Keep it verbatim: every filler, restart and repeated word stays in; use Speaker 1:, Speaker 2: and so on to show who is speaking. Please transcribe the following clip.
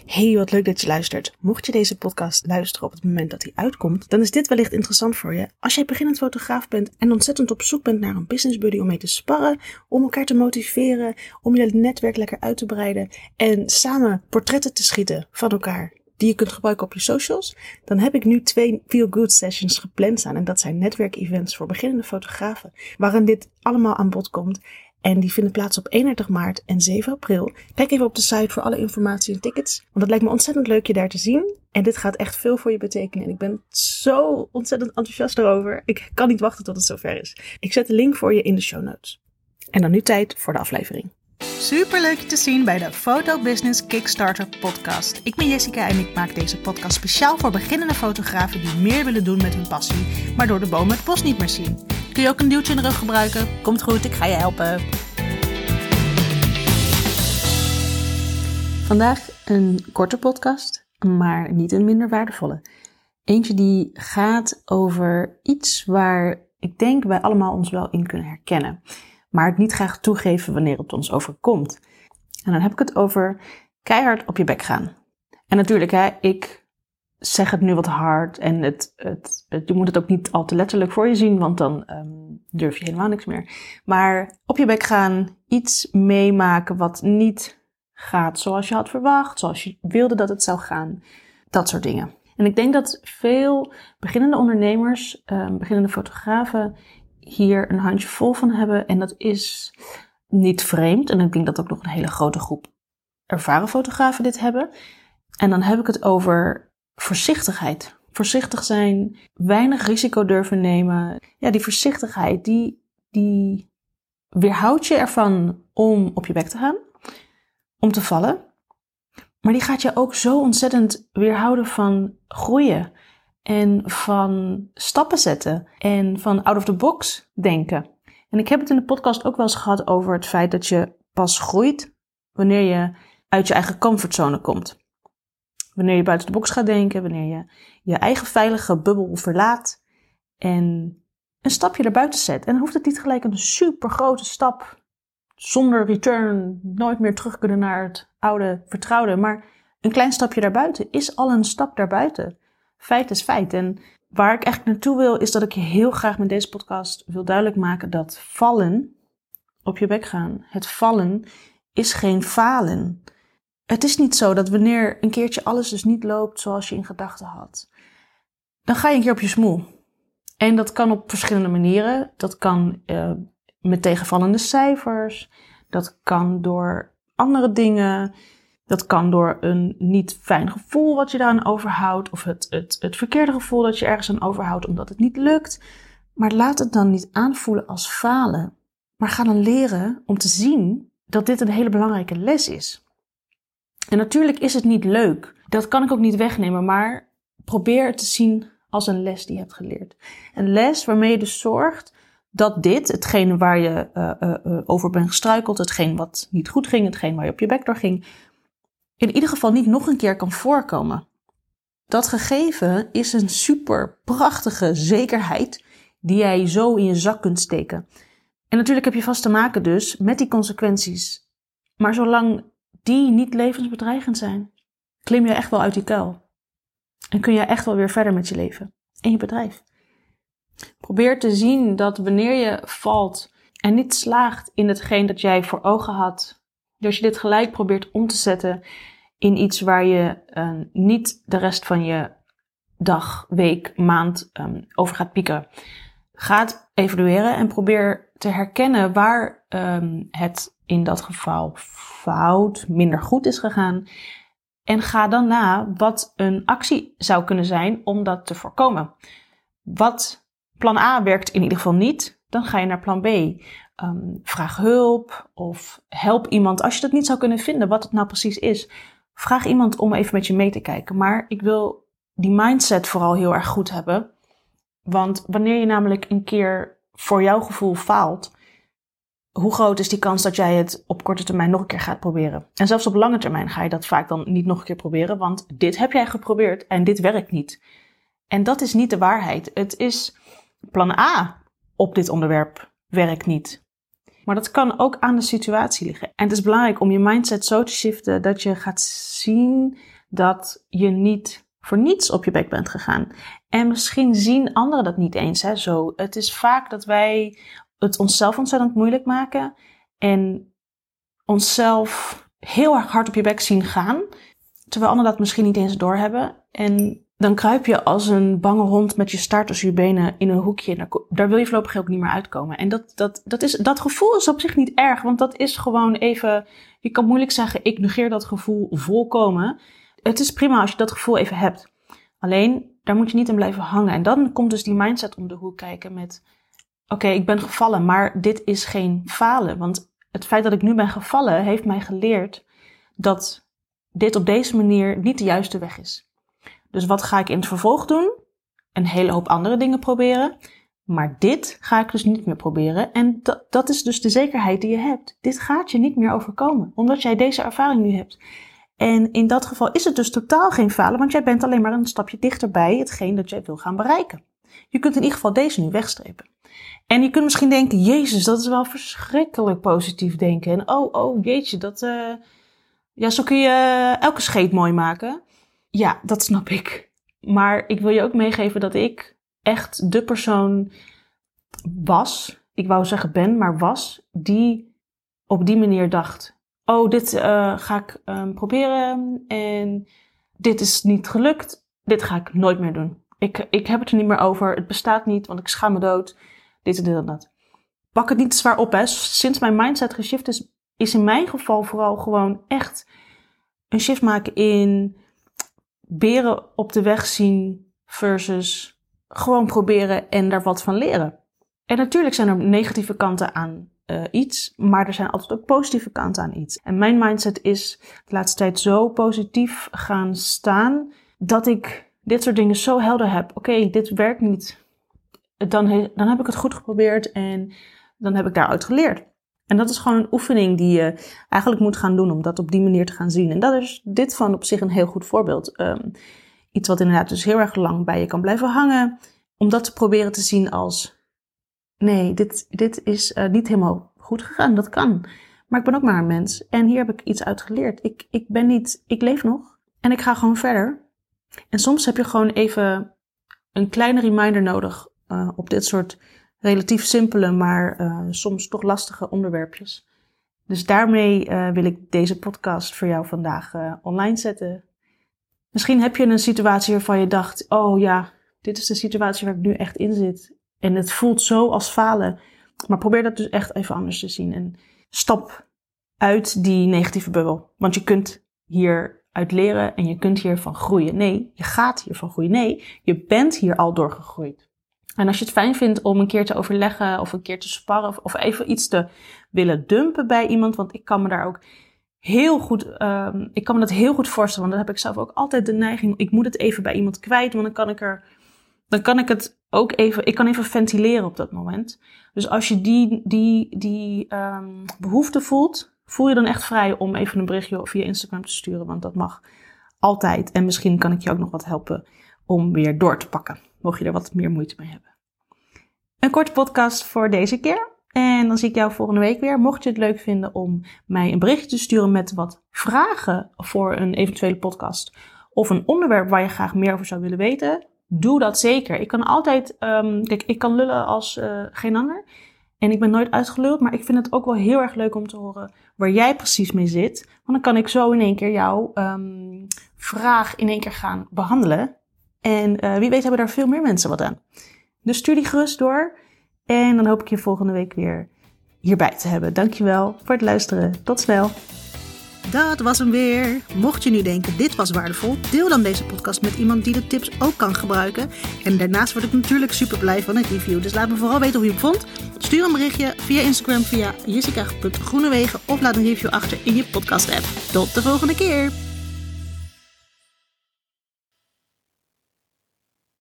Speaker 1: Hey, wat leuk dat je luistert. Mocht je deze podcast luisteren op het moment dat hij uitkomt, dan is dit wellicht interessant voor je. Als jij beginnend fotograaf bent en ontzettend op zoek bent naar een business buddy om mee te sparren, om elkaar te motiveren, om je netwerk lekker uit te breiden en samen portretten te schieten van elkaar die je kunt gebruiken op je socials, dan heb ik nu twee Feel Good sessions gepland staan. En dat zijn netwerkevents voor beginnende fotografen, waarin dit allemaal aan bod komt. En die vinden plaats op eenendertig maart en zeven april. Kijk even op de site voor alle informatie en tickets. Want het lijkt me ontzettend leuk je daar te zien. En dit gaat echt veel voor je betekenen. En ik ben zo ontzettend enthousiast erover. Ik kan niet wachten tot het zover is. Ik zet de link voor je in de show notes. En dan nu tijd voor de aflevering. Super leuk je te zien bij de Photo Business Kickstarter podcast. Ik ben Jessica en ik maak deze podcast speciaal voor beginnende fotografen die meer willen doen met hun passie, maar door de bomen het bos niet meer zien. Kun je ook een duwtje in de rug gebruiken? Komt goed, ik ga je helpen. Vandaag een korte podcast, maar niet een minder waardevolle. Eentje die gaat over iets waar ik denk wij allemaal ons wel in kunnen herkennen, maar het niet graag toegeven wanneer het ons overkomt. En dan heb ik het over keihard op je bek gaan. En natuurlijk, hè, ik zeg het nu wat hard en het, het, het, je moet het ook niet al te letterlijk voor je zien, want dan um, durf je helemaal niks meer. Maar op je bek gaan, iets meemaken wat niet gaat zoals je had verwacht, zoals je wilde dat het zou gaan, dat soort dingen. En ik denk dat veel beginnende ondernemers, um, beginnende fotografen hier een handje vol van hebben. En dat is niet vreemd. En ik denk dat ook nog een hele grote groep ervaren fotografen dit hebben. En dan heb ik het over voorzichtigheid. Voorzichtig zijn, weinig risico durven nemen. Ja, die voorzichtigheid, die, die weerhoudt je ervan om op je bek te gaan. Om te vallen. Maar die gaat je ook zo ontzettend weerhouden van groeien. En van stappen zetten. En van out of the box denken. En ik heb het in de podcast ook wel eens gehad over het feit dat je pas groeit wanneer je uit je eigen comfortzone komt. Wanneer je buiten de box gaat denken. Wanneer je je eigen veilige bubbel verlaat. En een stapje erbuiten zet. En dan hoeft het niet gelijk een super grote stap. Zonder return. Nooit meer terug kunnen naar het oude vertrouwde. Maar een klein stapje daarbuiten is al een stap daarbuiten. Feit is feit. En waar ik echt naartoe wil, is dat ik je heel graag met deze podcast wil duidelijk maken dat vallen, op je bek gaan, het vallen is geen falen. Het is niet zo dat wanneer een keertje alles dus niet loopt zoals je in gedachten had, dan ga je een keer op je smoel. En dat kan op verschillende manieren. Dat kan uh, met tegenvallende cijfers. Dat kan door andere dingen. Dat kan door een niet fijn gevoel wat je daaraan overhoudt. Of het, het, het verkeerde gevoel dat je ergens aan overhoudt omdat het niet lukt. Maar laat het dan niet aanvoelen als falen. Maar ga dan leren om te zien dat dit een hele belangrijke les is. En natuurlijk is het niet leuk. Dat kan ik ook niet wegnemen. Maar probeer het te zien als een les die je hebt geleerd. Een les waarmee je dus zorgt dat dit, hetgeen waar je uh, uh, over bent gestruikeld. Hetgeen wat niet goed ging. Hetgeen waar je op je bek door ging. In ieder geval niet nog een keer kan voorkomen. Dat gegeven is een super prachtige zekerheid die jij zo in je zak kunt steken. En natuurlijk heb je vast te maken dus met die consequenties. Maar zolang die niet levensbedreigend zijn, klim je echt wel uit die kuil. En kun je echt wel weer verder met je leven en je bedrijf. Probeer te zien dat wanneer je valt en niet slaagt in hetgeen dat jij voor ogen had, als je dit gelijk probeert om te zetten in iets waar je uh, niet de rest van je dag, week, maand um, over gaat piekeren. Ga het evalueren en probeer te herkennen waar um, het in dat geval fout, minder goed is gegaan. En ga dan na wat een actie zou kunnen zijn om dat te voorkomen. Wat plan A werkt in ieder geval niet, dan ga je naar plan B. Um, vraag hulp of help iemand als je dat niet zou kunnen vinden, wat het nou precies is. Vraag iemand om even met je mee te kijken. Maar ik wil die mindset vooral heel erg goed hebben. Want wanneer je namelijk een keer voor jouw gevoel faalt, hoe groot is die kans dat jij het op korte termijn nog een keer gaat proberen? En zelfs op lange termijn ga je dat vaak dan niet nog een keer proberen, want dit heb jij geprobeerd en dit werkt niet. En dat is niet de waarheid. Het is plan A op dit onderwerp werkt niet. Maar dat kan ook aan de situatie liggen. En het is belangrijk om je mindset zo te shiften dat je gaat zien dat je niet voor niets op je bek bent gegaan. En misschien zien anderen dat niet eens hè, zo. Het is vaak dat wij het onszelf ontzettend moeilijk maken en onszelf heel erg hard op je bek zien gaan, terwijl anderen dat misschien niet eens doorhebben. En dan kruip je als een bange hond met je staart tussen je benen in een hoekje. Daar, daar wil je voorlopig ook niet meer uitkomen. En dat, dat, dat, is, dat gevoel is op zich niet erg, want dat is gewoon even... Je kan moeilijk zeggen, ik negeer dat gevoel volkomen. Het is prima als je dat gevoel even hebt. Alleen, daar moet je niet in blijven hangen. En dan komt dus die mindset om de hoek kijken met... Oké, okay, ik ben gevallen, maar dit is geen falen. Want het feit dat ik nu ben gevallen heeft mij geleerd dat dit op deze manier niet de juiste weg is. Dus wat ga ik in het vervolg doen? Een hele hoop andere dingen proberen. Maar dit ga ik dus niet meer proberen. En dat, dat is dus de zekerheid die je hebt. Dit gaat je niet meer overkomen. Omdat jij deze ervaring nu hebt. En in dat geval is het dus totaal geen falen. Want jij bent alleen maar een stapje dichter bij hetgeen dat jij wil gaan bereiken. Je kunt in ieder geval deze nu wegstrepen. En je kunt misschien denken, Jezus, dat is wel verschrikkelijk positief denken. En oh, oh, jeetje, dat, uh, ja, zo kun je elke scheet mooi maken. Ja, dat snap ik. Maar ik wil je ook meegeven dat ik echt de persoon was, ik wou zeggen ben, maar was, die op die manier dacht, oh, dit uh, ga ik um, proberen en dit is niet gelukt, dit ga ik nooit meer doen. Ik, ik heb het er niet meer over, het bestaat niet, want ik schaam me dood, dit en dit en dat. Pak het niet te zwaar op, hè. Sinds mijn mindset geshift is, is in mijn geval vooral gewoon echt een shift maken in beren op de weg zien versus gewoon proberen en daar wat van leren. En natuurlijk zijn er negatieve kanten aan uh, iets, maar er zijn altijd ook positieve kanten aan iets. En mijn mindset is de laatste tijd zo positief gaan staan dat ik dit soort dingen zo helder heb. Oké, okay, dit werkt niet. Dan, he, dan heb ik het goed geprobeerd en dan heb ik daaruit geleerd. En dat is gewoon een oefening die je eigenlijk moet gaan doen om dat op die manier te gaan zien. En dat is dit van op zich een heel goed voorbeeld. Um, iets wat inderdaad dus heel erg lang bij je kan blijven hangen. Om dat te proberen te zien als, nee, dit, dit is uh, niet helemaal goed gegaan. Dat kan. Maar ik ben ook maar een mens. En hier heb ik iets uit geleerd. Ik, ik ben niet, ik leef nog. En ik ga gewoon verder. En soms heb je gewoon even een kleine reminder nodig uh, op dit soort relatief simpele, maar uh, soms toch lastige onderwerpjes. Dus daarmee uh, wil ik deze podcast voor jou vandaag uh, online zetten. Misschien heb je een situatie waarvan je dacht, oh ja, dit is de situatie waar ik nu echt in zit. En het voelt zo als falen. Maar probeer dat dus echt even anders te zien. En stap uit die negatieve bubbel. Want je kunt hieruit leren en je kunt hiervan groeien. Nee, je gaat hiervan groeien. Nee, je bent hier al door gegroeid. En als je het fijn vindt om een keer te overleggen of een keer te sparren of, of even iets te willen dumpen bij iemand, want ik kan me daar ook heel goed, um, ik kan me dat heel goed voorstellen, want dan heb ik zelf ook altijd de neiging, ik moet het even bij iemand kwijt, want dan kan ik er, dan kan ik het ook even, ik kan even ventileren op dat moment. Dus als je die, die, die um, behoefte voelt, voel je dan echt vrij om even een berichtje via Instagram te sturen, want dat mag altijd. En misschien kan ik je ook nog wat helpen om weer door te pakken, mocht je er wat meer moeite mee hebben. Een korte podcast voor deze keer. En dan zie ik jou volgende week weer. Mocht je het leuk vinden om mij een berichtje te sturen met wat vragen voor een eventuele podcast. Of een onderwerp waar je graag meer over zou willen weten. Doe dat zeker. Ik kan altijd, um, kijk, ik kan lullen als uh, geen ander. En ik ben nooit uitgeluld. Maar ik vind het ook wel heel erg leuk om te horen waar jij precies mee zit. Want dan kan ik zo in één keer jouw um, vraag in één keer gaan behandelen. En uh, wie weet hebben daar veel meer mensen wat aan. Dus stuur die gerust door. En dan hoop ik je volgende week weer hierbij te hebben. Dankjewel voor het luisteren. Tot snel. Dat was hem weer. Mocht je nu denken, dit was waardevol, deel dan deze podcast met iemand die de tips ook kan gebruiken. En daarnaast word ik natuurlijk super blij van een review. Dus laat me vooral weten hoe je het vond. Stuur een berichtje via Instagram via jessica punt groenewegen of laat een review achter in je podcast app. Tot de volgende keer.